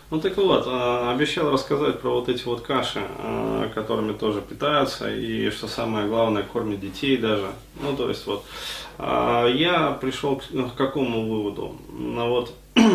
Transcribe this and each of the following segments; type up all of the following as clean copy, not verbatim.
Ну так вот, обещал рассказать про вот эти вот каши, которыми тоже питаются, и что самое главное, кормят детей даже. Ну то есть вот, я пришел к какому выводу? Ну вот,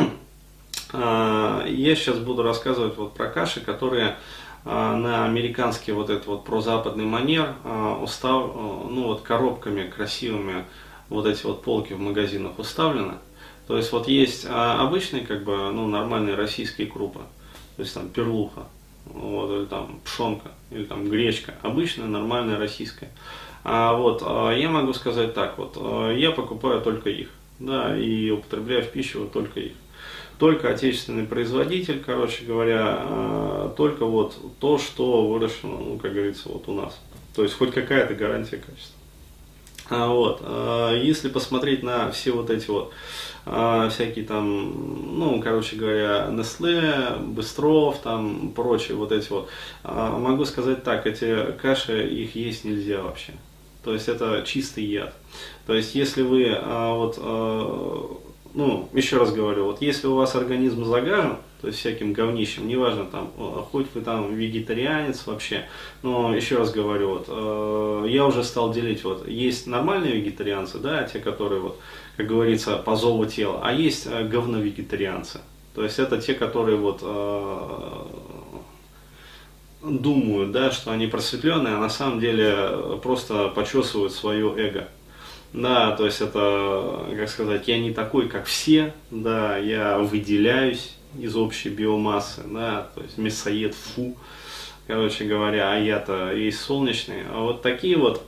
я сейчас буду рассказывать вот про каши, которые на американский вот этот вот прозападный манер ну вот коробками красивыми вот эти вот полки в магазинах уставлены. То есть вот есть обычные, как бы, ну, нормальные российские крупы, то есть там перлуха, вот, или там пшенка, или там гречка, обычная, нормальная российская. Я могу сказать так, вот, я покупаю только их, да, и употребляю в пищу вот только их. Только отечественный производитель, короче говоря, только вот то, что выращено, ну, как говорится, вот у нас. То есть хоть какая-то гарантия качества. Если посмотреть на все вот эти вот всякие там, ну, короче говоря, Nestle, Быстров, там, прочие вот эти вот, могу сказать так, эти каши, их есть нельзя вообще. То есть это чистый яд. То есть если вы ну, еще раз говорю, вот если у вас организм загажен, то есть всяким говнищем, неважно там, хоть вы там вегетарианец вообще, но еще раз говорю, вот, я уже стал делить, вот, есть нормальные вегетарианцы, да, те, которые, вот, как говорится, по зову тела, а есть говновегетарианцы, то есть это те, которые вот думают, да, что они просветленные, а на самом деле просто почесывают свое эго. Да, то есть это, как сказать, я не такой, как все, да, я выделяюсь из общей биомассы, да, то есть мясоед, фу, короче говоря, а я-то весь солнечный. А вот такие вот,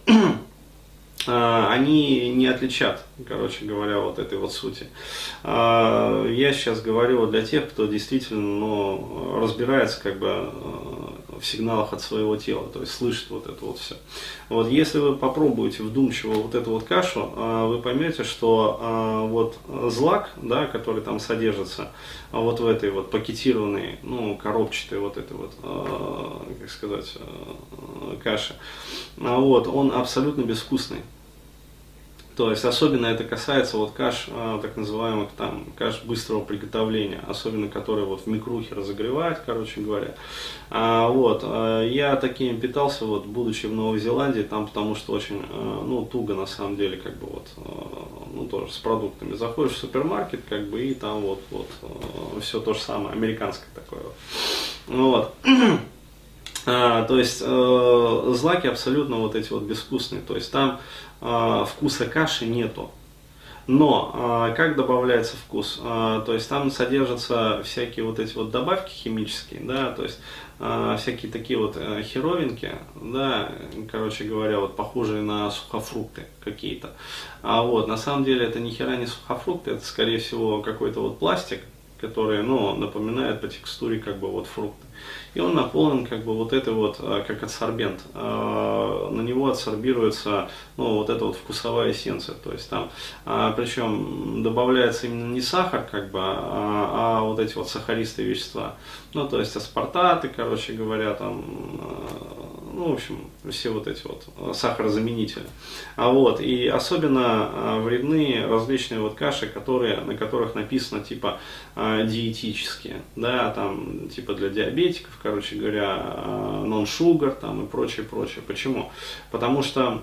они не отличат, короче говоря, вот этой вот сути. Я сейчас говорю для тех, кто действительно, ну, разбирается, как бы, в сигналах от своего тела, то есть слышит вот это вот все. Вот если вы попробуете вдумчиво вот эту вот кашу, вы поймете, что вот злак, да, который там содержится, вот в этой вот пакетированной, ну, коробчатой вот этой вот, как сказать, каше, вот, он абсолютно безвкусный. То есть особенно это касается вот каш, так называемых там каш быстрого приготовления, особенно которые вот в микрухе разогревать, короче говоря. Я таким питался, вот, будучи в Новой Зеландии, там, потому что очень, ну, туго на самом деле, как бы вот, ну, тоже с продуктами. Заходишь в супермаркет, как бы, и там вот все то же самое, американское такое вот. То есть злаки абсолютно вот эти вот безвкусные, то есть там вкуса каши нету. Но как добавляется вкус? То есть там содержатся всякие вот эти вот добавки химические, да, то есть всякие такие вот херовинки, да, короче говоря, вот похожие на сухофрукты какие-то. На самом деле это ни хера не сухофрукты, это скорее всего какой-то вот пластик, который, ну, напоминает по текстуре как бы вот фрукты. И он наполнен как бы вот этой вот, как адсорбент. На него адсорбируется, ну, вот эта вот вкусовая эссенция. То есть там, причем добавляется именно не сахар, как бы, а вот эти вот сахаристые вещества. Ну, то есть аспартаты, короче говоря, там, ну, в общем, все вот эти вот сахарозаменители. И особенно вредны различные вот каши, на которых написано типа диетические, да, там, типа для диабетиков, короче говоря, non-sugar, там, и прочее, прочее. Почему? Потому что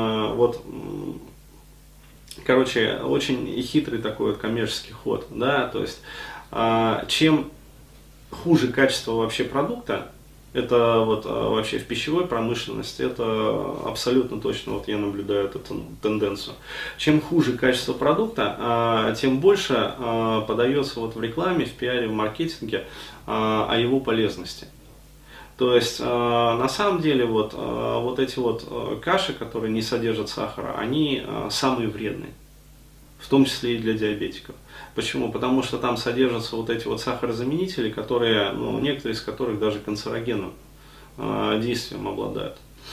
короче, очень хитрый такой вот коммерческий ход, да, то есть чем хуже качество вообще продукта, это вот вообще в пищевой промышленности, это абсолютно точно, вот я наблюдаю эту тенденцию. Чем хуже качество продукта, тем больше подается вот в рекламе, в пиаре, в маркетинге о его полезности. То есть, на самом деле, вот эти вот каши, которые не содержат сахара, они самые вредные, в том числе и для диабетиков. Почему? Потому что там содержатся вот эти вот сахарозаменители, которые, ну, некоторые из которых даже канцерогенным действием обладают.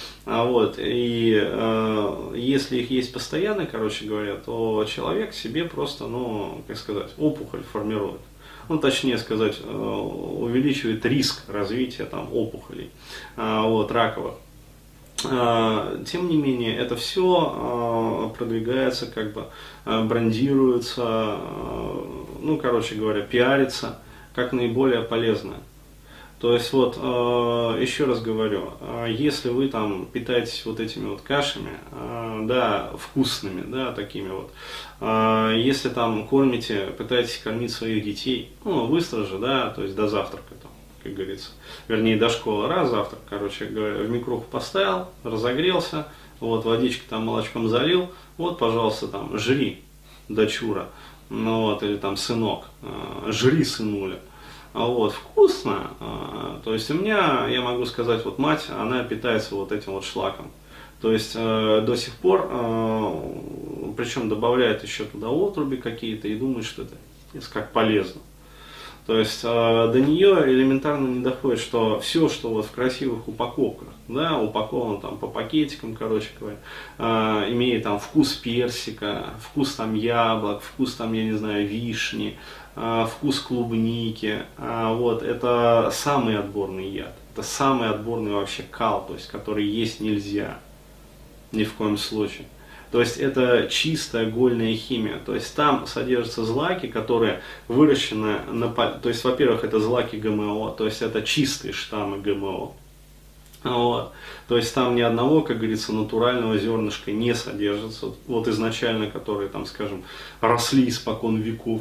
Если их есть постоянно, короче говоря, то человек себе просто, ну, как сказать, опухоль формирует. Ну, точнее сказать, увеличивает риск развития там опухолей, раковых. Тем не менее, это все продвигается, как бы брендируется, ну, короче говоря, пиарится как наиболее полезное. То есть вот, еще раз говорю, если вы там питаетесь вот этими вот кашами, да, вкусными, да, такими вот, если там кормите, пытаетесь кормить своих детей, ну, быстро же, да, то есть до завтрака, там, как говорится, вернее, до школы, раз завтрак, короче говоря, в микруху поставил, разогрелся, вот, водички там молочком залил, вот, пожалуйста, там, жри, дочура, ну вот, или там, сынок, жри, сынуля. Вот, вкусно. То есть у меня, я могу сказать, вот мать, она питается вот этим вот шлаком. То есть до сих пор, причем добавляет еще туда отруби какие-то и думает, что это как полезно. То есть до нее элементарно не доходит, что все, что вот в красивых упаковках, да, упаковано там по пакетикам, короче говоря, имеет там вкус персика, вкус там яблок, вкус там, я не знаю, вишни, вкус клубники, вот, это самый отборный яд, это самый отборный вообще кал, то есть, который есть нельзя, ни в коем случае. То есть это чистая гольная химия. То есть там содержатся злаки, которые выращены на... То есть, во-первых, это злаки ГМО, то есть это чистые штаммы ГМО. Вот. То есть там ни одного, как говорится, натурального зернышка не содержится. Вот изначально, которые там, скажем, росли испокон веков,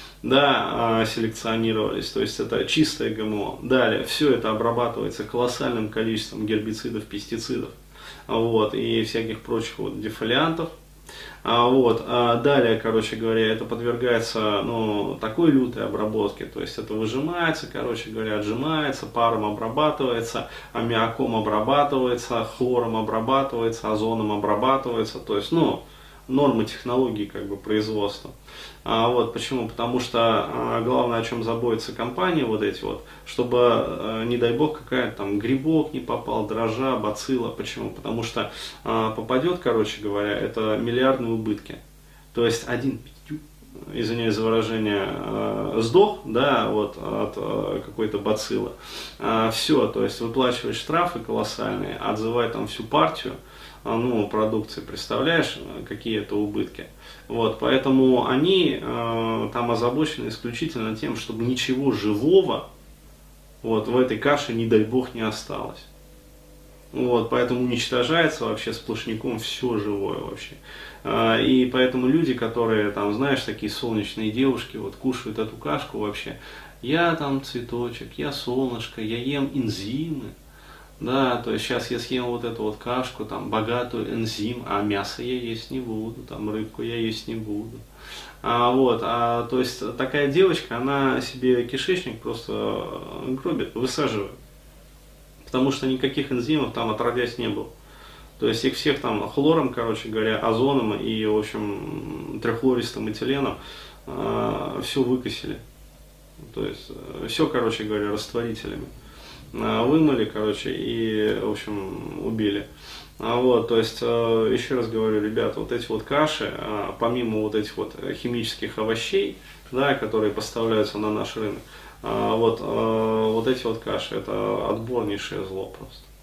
да, селекционировались, то есть это чистое ГМО. Далее, все это обрабатывается колоссальным количеством гербицидов, пестицидов, вот, и всяких прочих вот дефолиантов. Вот. Далее, короче говоря, это подвергается, ну, такой лютой обработке, то есть это выжимается, короче говоря, отжимается, паром обрабатывается, аммиаком обрабатывается, хлором обрабатывается, озоном обрабатывается, то есть, ну, нормы технологий как бы производства. Вот почему? Потому что главное, о чем заботится компания, вот эти вот, чтобы, не дай бог, какая-то там грибок не попал, дрожжа, бацилла. Почему? Потому что попадет, короче говоря, это миллиардные убытки. То есть один, извиняюсь за выражение, сдох, да, вот от какой-то бациллы. Все, то есть выплачивать штрафы колоссальные, отзывать там всю партию, ну, продукции, представляешь, какие это убытки. Вот, поэтому они там озабочены исключительно тем, чтобы ничего живого вот, в этой каше, не дай бог, не осталось. Вот, поэтому уничтожается вообще сплошняком все живое вообще. И поэтому люди, которые, там, знаешь, такие солнечные девушки, вот, кушают эту кашку вообще, я там цветочек, я солнышко, я ем энзимы. Да, то есть сейчас я съем вот эту вот кашку, там, богатую энзим, а мясо я есть не буду, там, рыбку я есть не буду. То есть такая девочка, она себе кишечник просто гробит, высаживает. Потому что никаких энзимов там отродясь не было. То есть их всех там хлором, короче говоря, озоном и, в общем, трихлористым этиленом все выкосили. То есть все, короче говоря, растворителями. Вымыли, короче, и, в общем, убили. То есть, еще раз говорю, ребята, вот эти вот каши, помимо вот этих вот химических овощей, да, которые поставляются на наш рынок, вот эти вот каши, это отборнейшее зло просто.